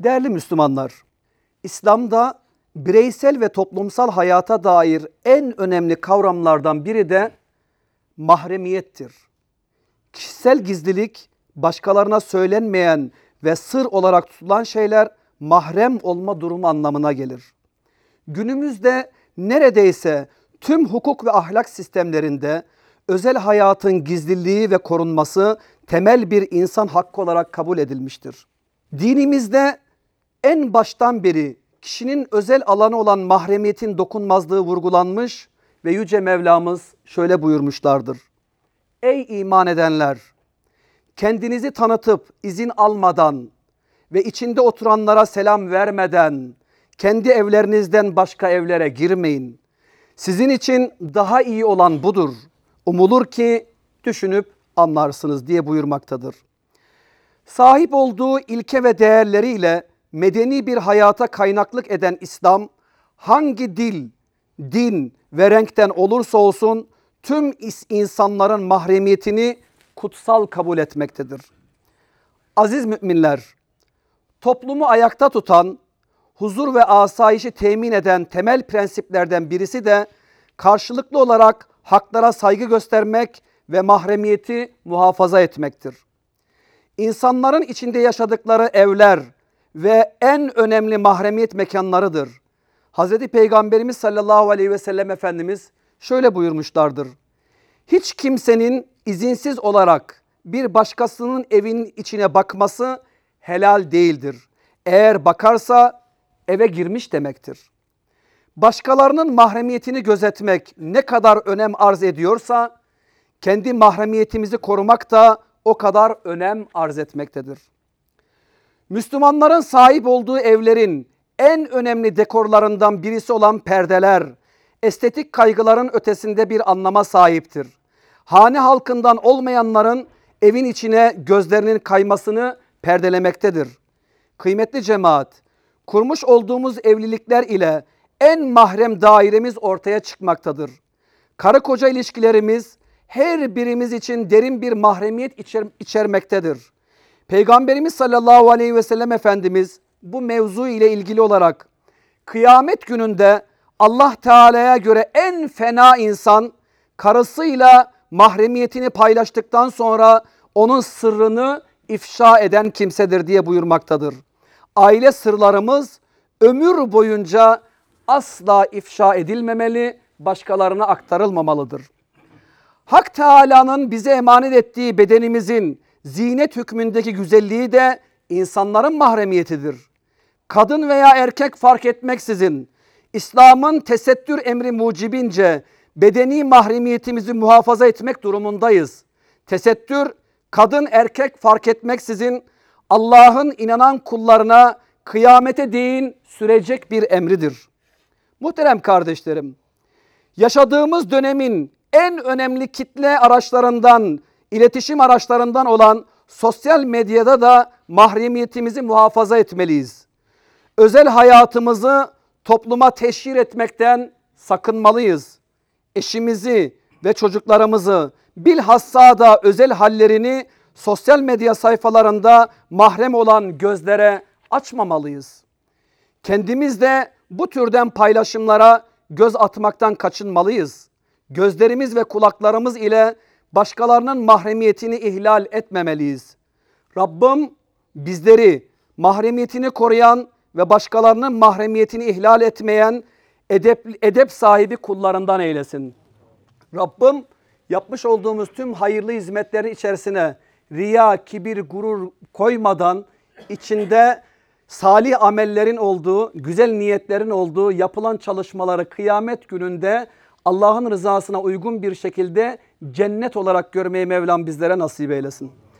Değerli Müslümanlar, İslam'da bireysel ve toplumsal hayata dair en önemli kavramlardan biri de mahremiyettir. Kişisel gizlilik, başkalarına söylenmeyen ve sır olarak tutulan şeyler mahrem olma durumu anlamına gelir. Günümüzde neredeyse tüm hukuk ve ahlak sistemlerinde özel hayatın gizliliği ve korunması temel bir insan hakkı olarak kabul edilmiştir. Dinimizde en baştan beri kişinin özel alanı olan mahremiyetin dokunmazlığı vurgulanmış ve Yüce Mevlamız şöyle buyurmuşlardır. Ey iman edenler! Kendinizi tanıtıp izin almadan ve içinde oturanlara selam vermeden kendi evlerinizden başka evlere girmeyin. Sizin için daha iyi olan budur. Umulur ki düşünüp anlarsınız diye buyurmaktadır. Sahip olduğu ilke ve değerleriyle medeni bir hayata kaynaklık eden İslam, hangi dil, din ve renkten olursa olsun tüm insanların mahremiyetini kutsal kabul etmektedir. Aziz müminler, toplumu ayakta tutan, huzur ve asayişi temin eden temel prensiplerden birisi de karşılıklı olarak haklara saygı göstermek ve mahremiyeti muhafaza etmektir. İnsanların içinde yaşadıkları evler ve en önemli mahremiyet mekanlarıdır. Hazreti Peygamberimiz sallallahu aleyhi ve sellem Efendimiz şöyle buyurmuşlardır. Hiç kimsenin izinsiz olarak bir başkasının evinin içine bakması helal değildir. Eğer bakarsa eve girmiş demektir. Başkalarının mahremiyetini gözetmek ne kadar önem arz ediyorsa, kendi mahremiyetimizi korumak da o kadar önem arz etmektedir. Müslümanların sahip olduğu evlerin en önemli dekorlarından birisi olan perdeler, estetik kaygıların ötesinde bir anlama sahiptir. Hane halkından olmayanların evin içine gözlerinin kaymasını perdelemektedir. Kıymetli cemaat, kurmuş olduğumuz evlilikler ile en mahrem dairemiz ortaya çıkmaktadır. Karı koca ilişkilerimiz her birimiz için derin bir mahremiyet içermektedir. Peygamberimiz sallallahu aleyhi ve sellem Efendimiz bu mevzu ile ilgili olarak kıyamet gününde Allah Teala'ya göre en fena insan karısıyla mahremiyetini paylaştıktan sonra onun sırrını ifşa eden kimsedir diye buyurmaktadır. Aile sırlarımız ömür boyunca asla ifşa edilmemeli, başkalarına aktarılmamalıdır. Hak Teala'nın bize emanet ettiği bedenimizin zinet hükmündeki güzelliği de insanların mahremiyetidir. Kadın veya erkek fark etmeksizin İslam'ın tesettür emri mucibince bedeni mahremiyetimizi muhafaza etmek durumundayız. Tesettür kadın erkek fark etmeksizin Allah'ın inanan kullarına kıyamete değin sürecek bir emridir. Muhterem kardeşlerim, yaşadığımız dönemin en önemli kitle araçlarından, iletişim araçlarından olan sosyal medyada da mahremiyetimizi muhafaza etmeliyiz. Özel hayatımızı topluma teşhir etmekten sakınmalıyız. Eşimizi ve çocuklarımızı, bilhassa da özel hallerini sosyal medya sayfalarında mahrem olan gözlere açmamalıyız. Kendimiz de bu türden paylaşımlara göz atmaktan kaçınmalıyız. Gözlerimiz ve kulaklarımız ile başkalarının mahremiyetini ihlal etmemeliyiz. Rabbim bizleri mahremiyetini koruyan ve başkalarının mahremiyetini ihlal etmeyen edep sahibi kullarından eylesin. Rabbim yapmış olduğumuz tüm hayırlı hizmetlerin içerisine riya, kibir, gurur koymadan içinde salih amellerin olduğu, güzel niyetlerin olduğu yapılan çalışmaları kıyamet gününde Allah'ın rızasına uygun bir şekilde cennet olarak görmeyi Mevlam bizlere nasip eylesin.